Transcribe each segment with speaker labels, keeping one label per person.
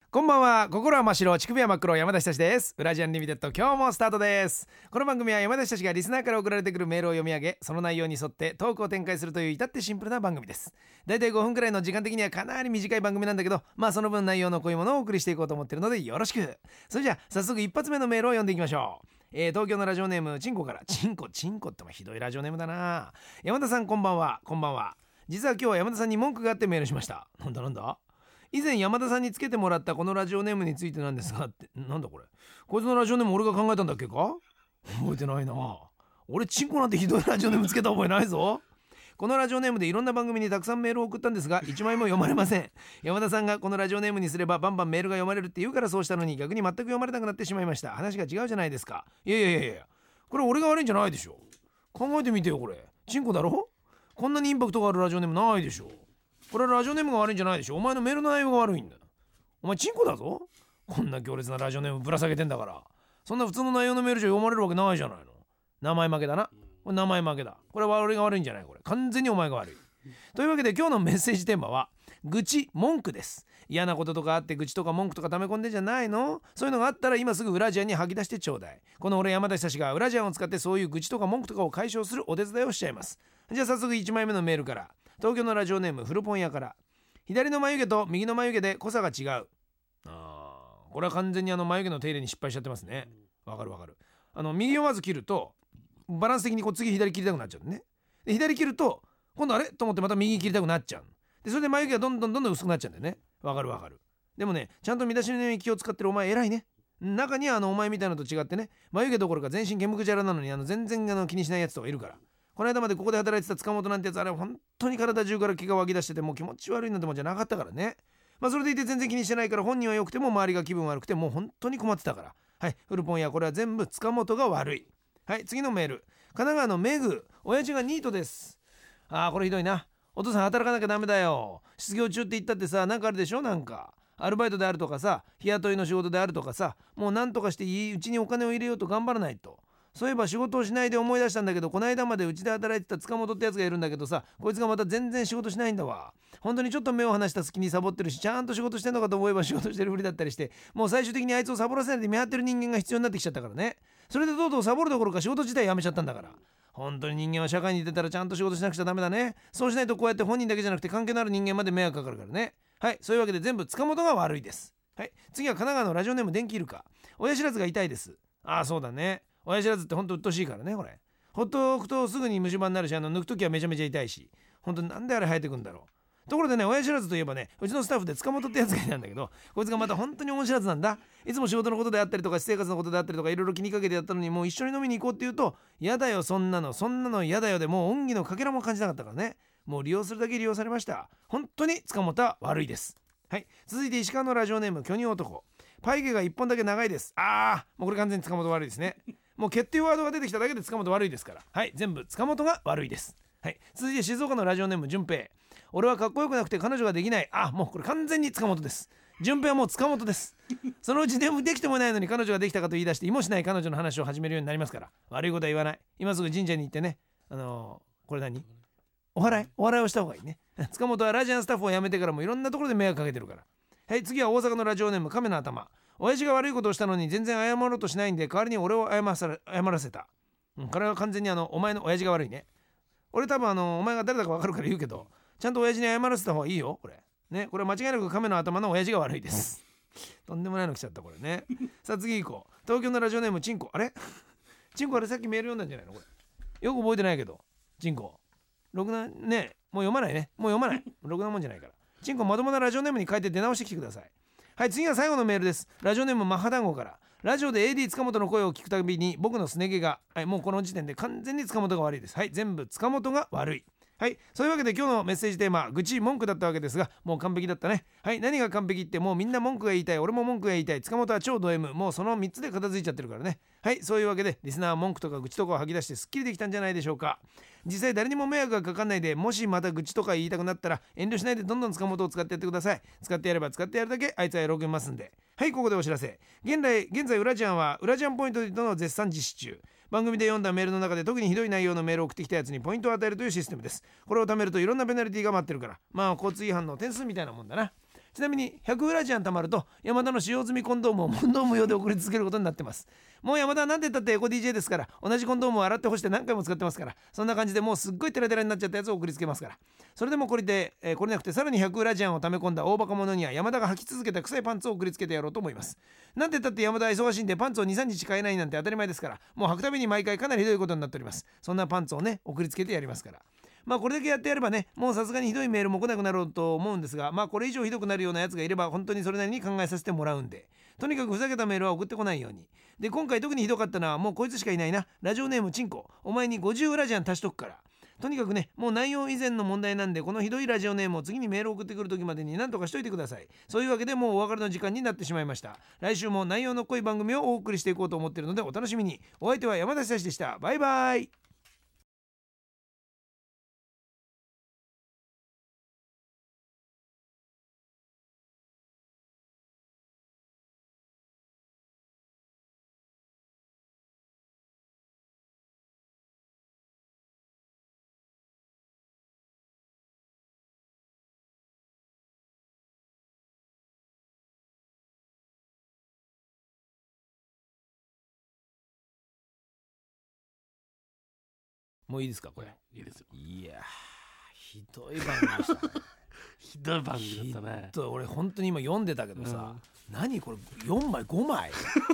Speaker 1: こんばんは。心は真っ白、乳首は真っ黒、山田久志です。ウラジアンリミテッド、今日もスタートです。この番組は山田久志がリスナーから送られてくるメールを読み上げ、その内容に沿ってトークを展開するという至ってシンプルな番組です。だいたい5分くらいの時間的にはかなり短い番組なんだけど、その分内容の濃いものをお送りしていこうと思ってるのでよろしく。それじゃあ早速一発目のメールを読んでいきましょう。東京のラジオネームチンコから。チンコってひどいラジオネームだな。山田さんこんばんは。こんばんは。実は今日は山田さんに文句があってメールしました。なんだ以前山田さんにつけてもらったこのラジオネームについてなんですがって、なんだこれ、こいつのラジオネーム俺が考えたんだっけか。覚えてないな。俺チンコなんてひどいラジオネームつけた覚えないぞ。このラジオネームでいろんな番組にたくさんメールを送ったんですが1枚も読まれません。山田さんがこのラジオネームにすればバンバンメールが読まれるって言うからそうしたのに、逆に全く読まれなくなってしまいました。話が違うじゃないですか。いやこれ俺が悪いんじゃないでしょ。考えてみてよ。これチンコだろ。こんなにインパクトがあるラジオネームないでしょ。これはラジオネームが悪いんじゃないでしょ。お前のメールの内容が悪いんだ。お前チンコだぞ。こんな強烈なラジオネームぶら下げてんだから、そんな普通の内容のメールじゃ読まれるわけないじゃないの。名前負けだな。これ名前負けだ。これは俺が悪いんじゃない。これ完全にお前が悪い。というわけで今日のメッセージテーマは愚痴文句です。嫌なこととかあって愚痴とか文句とか溜め込んでんじゃないの。そういうのがあったら今すぐウラジアンに吐き出してちょうだい。この俺山田久志がウラジアンを使ってそういう愚痴とか文句とかを解消するお手伝いをしちゃいます。じゃあ早速1枚目のメールから。東京のラジオネームフルポン屋から。左の眉毛と右の眉毛で濃さが違う。これは完全に眉毛の手入れに失敗しちゃってますね。わかる。右をまず切るとバランス的に次左切りたくなっちゃうね。で左切ると今度あれと思ってまた右切りたくなっちゃう。でそれで眉毛がどんどん薄くなっちゃうんだよね。わかる。でもね、ちゃんと身だしなみに気を使ってるお前偉いね。中にはお前みたいなのと違ってね、眉毛どころか全身毛むくじゃらなのに全然気にしないやつとかいるから。この間までここで働いてた塚本なんてやつ、あれ本当に体中から毛が湧き出しててもう気持ち悪いなんてもんじゃなかったからね。それでいて全然気にしてないから、本人は良くても周りが気分悪くてもう本当に困ってたから。はい、フルポンやこれは全部塚本が悪い。はい、次のメール。神奈川のメグ、親父がニートです。これひどいな。お父さん働かなきゃダメだよ。失業中って言ったってさ、なんかあるでしょ。なんかアルバイトであるとかさ、日雇いの仕事であるとかさ、もうなんとかしてうちにお金を入れようと頑張らないと。そういえば仕事をしないで思い出したんだけど、この間までうちで働いてた塚本ってやつがいるんだけどさ、こいつがまた全然仕事しないんだわ。本当にちょっと目を離した隙にサボってるし、ちゃんと仕事してんのかと思えば仕事してるふりだったりして、もう最終的にあいつをサボらせないで見張ってる人間が必要になってきちゃったからね。それでとうとうサボるどころか仕事自体やめちゃったんだから。本当に人間は社会に出たらちゃんと仕事しなくちゃダメだね。そうしないとこうやって本人だけじゃなくて関係のある人間まで迷惑かかるからね。はい、そういうわけで全部塚本が悪いです。はい、次は神奈川のラジオネーム電気イルカ。親知らずが痛いです。そうだね。親知らずってほんと鬱陶しいからね。これほっとくとすぐに虫歯になるし、抜くときはめちゃめちゃ痛いし、ほんとなんであれ生えてくんだろう。ところでね、親知らずといえばね、うちのスタッフで塚本ってやつがいたんだけど、こいつがまた本当に面白いやつなんだ。いつも仕事のことであったりとか私生活のことであったりとかいろいろ気にかけてやったのに、もう一緒に飲みに行こうって言うと、やだよそんなのやだよで、もう恩義のかけらも感じなかったからね。もう利用するだけ利用されました。本当に塚本は悪いです。はい、続いて石川のラジオネーム巨乳男。パイ毛が1本だけ長いです。もうこれ完全に塚本悪いですね。もう決定ワードが出てきただけで塚本悪いですから。はい、全部塚本が悪いです。はい、続いて静岡のラジオネーム順平。俺はかっこよくなくて彼女ができない。もうこれ完全に塚本です。順平はもう塚本です。そのうちできてもないのに彼女ができたかと言い出して意もしない彼女の話を始めるようになりますから、悪いことは言わない。今すぐ神社に行ってね、これ何、お祓いをした方がいいね。塚本はラジアンスタッフを辞めてからもいろんなところで迷惑かけてるから。はい、次は大阪のラジオネーム亀の頭。親父が悪いことをしたのに全然謝ろうとしないんで、代わりに俺を謝らせた。これは完全にお前の親父が悪いね。俺多分お前が誰だか分かるから言うけど、ちゃんと親父に謝らせた方がいいよ。これね、これは間違いなく亀の頭の親父が悪いです。とんでもないの来ちゃったこれね。さあ次行こう。東京のラジオネームチンコ。チンコさっきメール読んだんじゃないのこれ。よく覚えてないけど。チンコろくなね、もう読まないね。ろくなもんじゃないから。チンコまともなラジオネームに変えて出直してきてください。はい、次は最後のメールです。ラジオネームマッハ団子から。ラジオで AD 塚本の声を聞くたびに僕のすね毛が、もうこの時点で完全に塚本が悪いです。はい、全部塚本が悪い。はい、そういうわけで今日のメッセージテーマ、愚痴文句だったわけですが、もう完璧だったね。はい、何が完璧って、もうみんな文句が言いたい、俺も文句が言いたい、塚本は超ド M、もうその3つで片付いちゃってるからね。はい、そういうわけでリスナーは文句とか愚痴とかを吐き出してすっきりできたんじゃないでしょうか。実際誰にも迷惑がかかんないで、もしまた愚痴とか言いたくなったら遠慮しないでどんどん塚本を使ってやってください。使ってやれば使ってやるだけあいつは喜びますんで。はい、ここでお知らせ。現在ウラジアンはウラジアンポイントの絶賛実施中。番組で読んだメールの中で特にひどい内容のメールを送ってきたやつにポイントを与えるというシステムです。これを貯めるといろんなペナルティが待ってるから、交通違反の点数みたいなもんだな。 ちなみに100ウラジアン貯まると山田の使用済みコンドームを問答無用で送り続けることになってます。もう山田は何て言ったってエコ DJ ですから、同じコンドームを洗って干して何回も使ってますから、そんな感じでもうすっごいテラテラになっちゃったやつを送りつけますから。それでもこれで、これなくてさらに100ウラジアンを溜め込んだ大バカ者には山田が履き続けた臭いパンツを送りつけてやろうと思います。なんて言ったって山田は忙しいんでパンツを 2,3 日買えないなんて当たり前ですから、もう履くたびに毎回かなりひどいことになっております。そんなパンツをね送りつけてやりますから。これだけやってやればね、もうさすがにひどいメールも来なくなろうと思うんですが、これ以上ひどくなるようなやつがいれば本当にそれなりに考えさせてもらうんで、とにかくふざけたメールは送ってこないように。で今回特にひどかったのはもうこいつしかいないな。ラジオネームチンコ、お前に50ウラジアン足しとくから。とにかくね、もう内容以前の問題なんで、このひどいラジオネームを次にメールを送ってくる時までに何とかしといてください。そういうわけでもうお別れの時間になってしまいました。来週も内容の濃い番組をお送りしていこうと思っているのでお楽しみに。お相手は山田久志でした。バイバイ。もういいですかこれ。
Speaker 2: いいですよ。
Speaker 1: いやひどい番組でしたね。
Speaker 2: ひどい番組だったね。
Speaker 1: 俺本当に今読んでたけどさ、何これ4枚5枚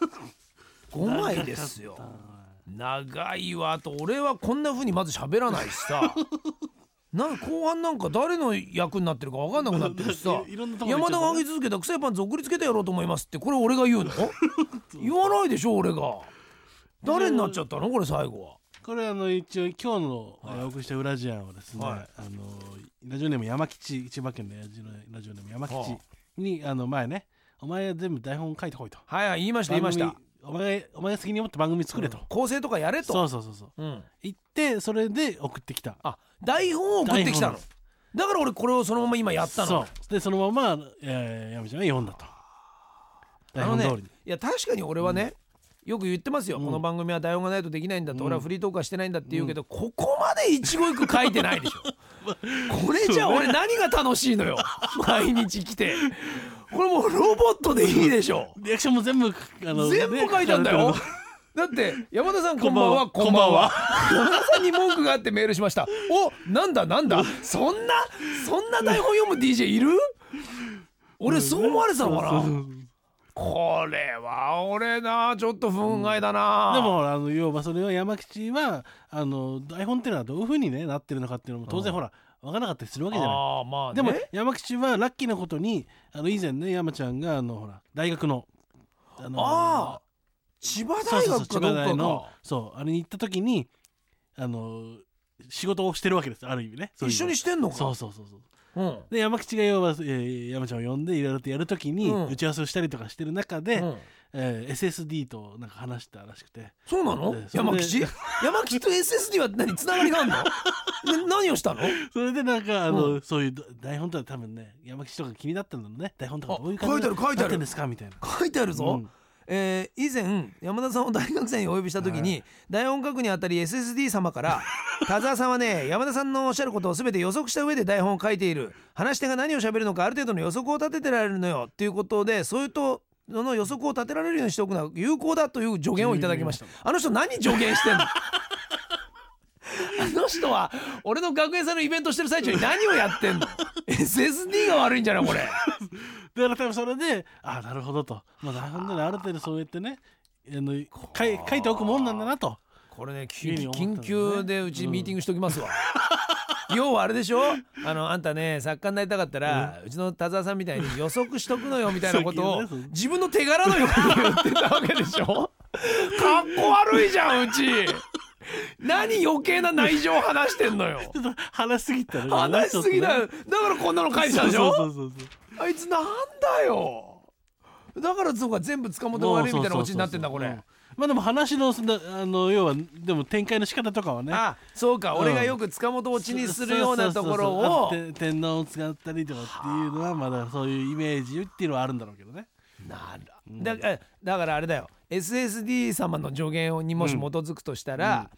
Speaker 1: 5枚ですよ。長いわ。と俺はこんな風にまず喋らないしさなんか後半なんか誰の役になってるか分かんなくなってるしさ山田が上げ続けた臭いパンツ送りつけてやろうと思いますって、これ俺が言うの言わないでしょ俺が。誰になっちゃったのこれ最後は。
Speaker 2: これ一応今日のお送りしたウラジアンはですね、ラジオネーム山吉、千葉県のラジオネーム山吉に前ね、お前は全部台本書いてこいと。
Speaker 1: 言いました。
Speaker 2: お前が責任を持って番組作れと、
Speaker 1: 構成とかやれと。
Speaker 2: そう、言ってそれで送ってきた。台本を送ってきたの。だ
Speaker 1: から俺これをそのまま今やったの。
Speaker 2: そうでそのまま山ちゃんが読んだと。台本通りに。
Speaker 1: いや確かに俺はね、よく言ってますよ、この番組は台本がないとできないんだと、俺はフリートークはしてないんだって言うけど、ここまで一語一句書いてないでしょこれじゃあ俺何が楽しいのよ毎日来て。これもうロボットでいいでしょ。
Speaker 2: リアクションも全部
Speaker 1: 全部書いたんだよ。だって山田さんこんばんはこんばんは山田さんに文句があってメールしました。おなんだそんな台本読む DJ いる？俺そう思われてたのかな。これは俺なちょっと不運がいだな、
Speaker 2: でも要はそれは山吉は台本っていうのはどういう風に、ね、なってるのかっていうのも当然ほら分からなかったりするわけじゃない。でも山吉はラッキーなことに以前ね山ちゃんがほら大学の
Speaker 1: 千葉大学かどっかの
Speaker 2: あれに行った時に仕事をしてるわけです、ある意味ね。
Speaker 1: 一緒にしてんのか。
Speaker 2: そう、で山吉が要は山ちゃんを呼んでいろいろとやるときに打ち合わせをしたりとかしてる中で、SSD となんか話したらしくて。
Speaker 1: そうなの？山吉と SSD は何つながりがあるの？何をしたの？
Speaker 2: それでなんかそういう台本とか多分ね山吉とか気になったんだろうね。台本とかどういう感じでなってるんですかみたいな。
Speaker 1: 書いてあるぞ。以前山田さんを大学生にお呼びした時に、台本書くにあたり SSD 様から田沢さんはね山田さんのおっしゃることを全て予測した上で台本を書いている、話し手が何を喋るのかある程度の予測を立ててられるのよっていうことで、そういうとその予測を立てられるようにしておくのは有効だという助言をいただきました。あの人何助言してんのあの人は俺の学園祭のイベントしてる最中に何をやってんのSSD が悪いんじゃないこれ
Speaker 2: だから多分それでなるほどと、台本である程度そうやってね書いておくもんなんだなと。
Speaker 1: これね緊急でうちミーティングしときますわ、要はあれでしょ、あんたね作家になりたかったら、うちの田沢さんみたいに予測しとくのよみたいなことを自分の手柄のように言ってたわけでしょかっこ悪いじゃんうち何余計な内情話してんのよ
Speaker 2: ちょっと話しすぎたら
Speaker 1: 話しすぎだよ、だからこんなの書いてたでしょ。そうあいつなんだよ、だからそうか全部塚本が悪いみたいなオチになってんだこれ。
Speaker 2: でも話の要はでも展開の仕方とかはね、
Speaker 1: そうか、俺がよく塚本をオチにするようなところを
Speaker 2: 天皇を使ったりとかっていうのはまだそういうイメージっていうのはあるんだろうけどね。
Speaker 1: だからあれだよ、SSD 様の助言にもし基づくとしたら、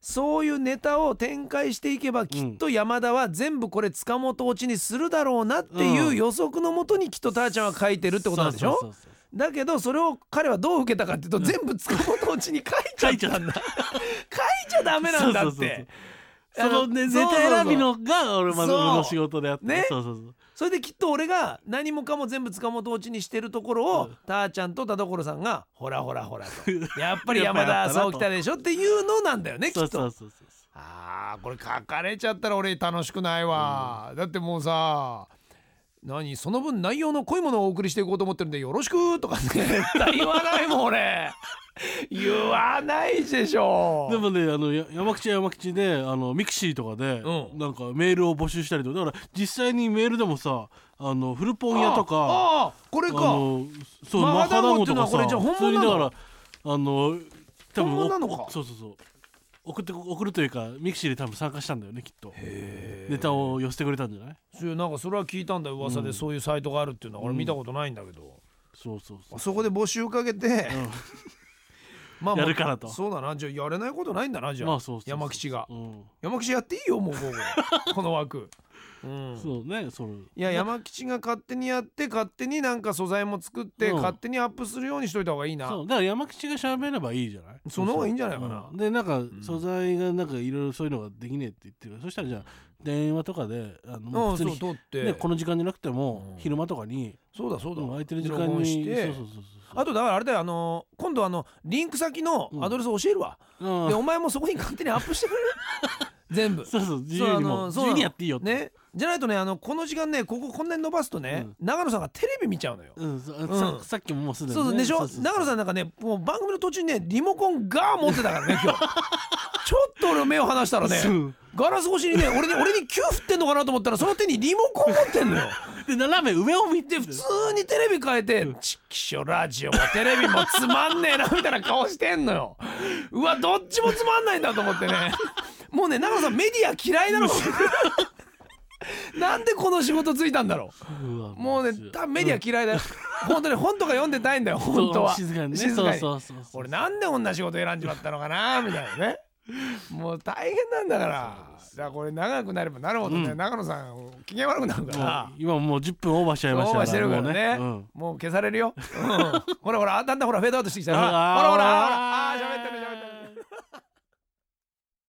Speaker 1: そういうネタを展開していけばきっと山田は全部これ塚本落ちにするだろうなっていう予測のもとにきっとたーちゃんは書いてるってことなんでしょ。だけどそれを彼はどう受けたかっていうと、全部塚本落ちに書いちゃったんだ書いちゃダメなんだって。
Speaker 2: そのネタ選びのが俺の仕事であってね。
Speaker 1: それできっと俺が何もかも全部塚本落ちにしてるところを、たーちゃんと田所さんがほらほらほらとやっぱり山田そうきたでしょっていうのなんだよねきっと。あーこれ書かれちゃったら俺楽しくないわ、だってもうさその分内容の濃いものをお送りしていこうと思ってるんでよろしくとかね絶対言わないもん俺言わないでしょ。
Speaker 2: でもね山口でミクシーとかで、なんかメールを募集したりとか、だから実際にメールでもさフルポン屋とか
Speaker 1: これか
Speaker 2: そうマハダゴとかさ、普通にだから多分そう送るというかミクシーで多分参加したんだよねきっと。ネタを寄せてくれたんじゃない。
Speaker 1: なんかそれは聞いたんだよ噂で、そういうサイトがあるっていうのは俺見たことないんだけど、そこで募集かけて、まあ
Speaker 2: やるからと。
Speaker 1: そうだな、じゃあやれないことないんだな、じゃあ、山吉が、山吉やっていいよもうこの枠
Speaker 2: そうね。
Speaker 1: いや山吉が勝手にやって勝手になんか素材も作って、勝手にアップするようにしといた方がいいな。
Speaker 2: そうだから山吉が喋ればいいじゃない。
Speaker 1: その方がいいんじゃないかな。
Speaker 2: でなんか素材がなんかいろいろそういうのができねえって言ってる、そしたらじゃあ電話とかで普通に
Speaker 1: 撮って、
Speaker 2: この時間じゃなくても昼間とかに、
Speaker 1: そうだ
Speaker 2: 空いてる時間に
Speaker 1: あとだからあれだよ、今度リンク先のアドレス教えるわ、でお前もそこに勝手にアップしてくれる全部
Speaker 2: 自由にやっていいよって
Speaker 1: ね。じゃないとねこの時間ねこんなに伸ばすとね、長野さんがテレビ見ちゃうのよ。
Speaker 2: さっきももうすでに
Speaker 1: そうでしょ。長野さんなんかねもう番組の途中にねリモコンガー持ってたからね今日ちょっと俺目を離したらねガラス越しにね俺にキュー振ってんのかなと思ったらその手にリモコン持ってんのよ
Speaker 2: で斜め上を見て
Speaker 1: 普通にテレビ変えてチッキショラジオもテレビもつまんねえなみたいな顔してんのよ。うわどっちもつまんないんだと思ってねもうね長野さんメディア嫌いなのなんでこの仕事ついたんだろう。もうねメディア嫌いだよ本当に本とか読んでたいんだよ本当は。
Speaker 2: 静かにね。
Speaker 1: 俺なんでこんな仕事選んじまったのかなみたいなねもう大変なんだから。だからこれ長くなればなるほどね、長野さん機嫌悪くなるから。
Speaker 2: 今もう10分オーバーしちゃいましたから。
Speaker 1: オーバーしてるからね、もう消されるよ、ほらほらだんだんほらフェードアウトしてきたらほら喋ってる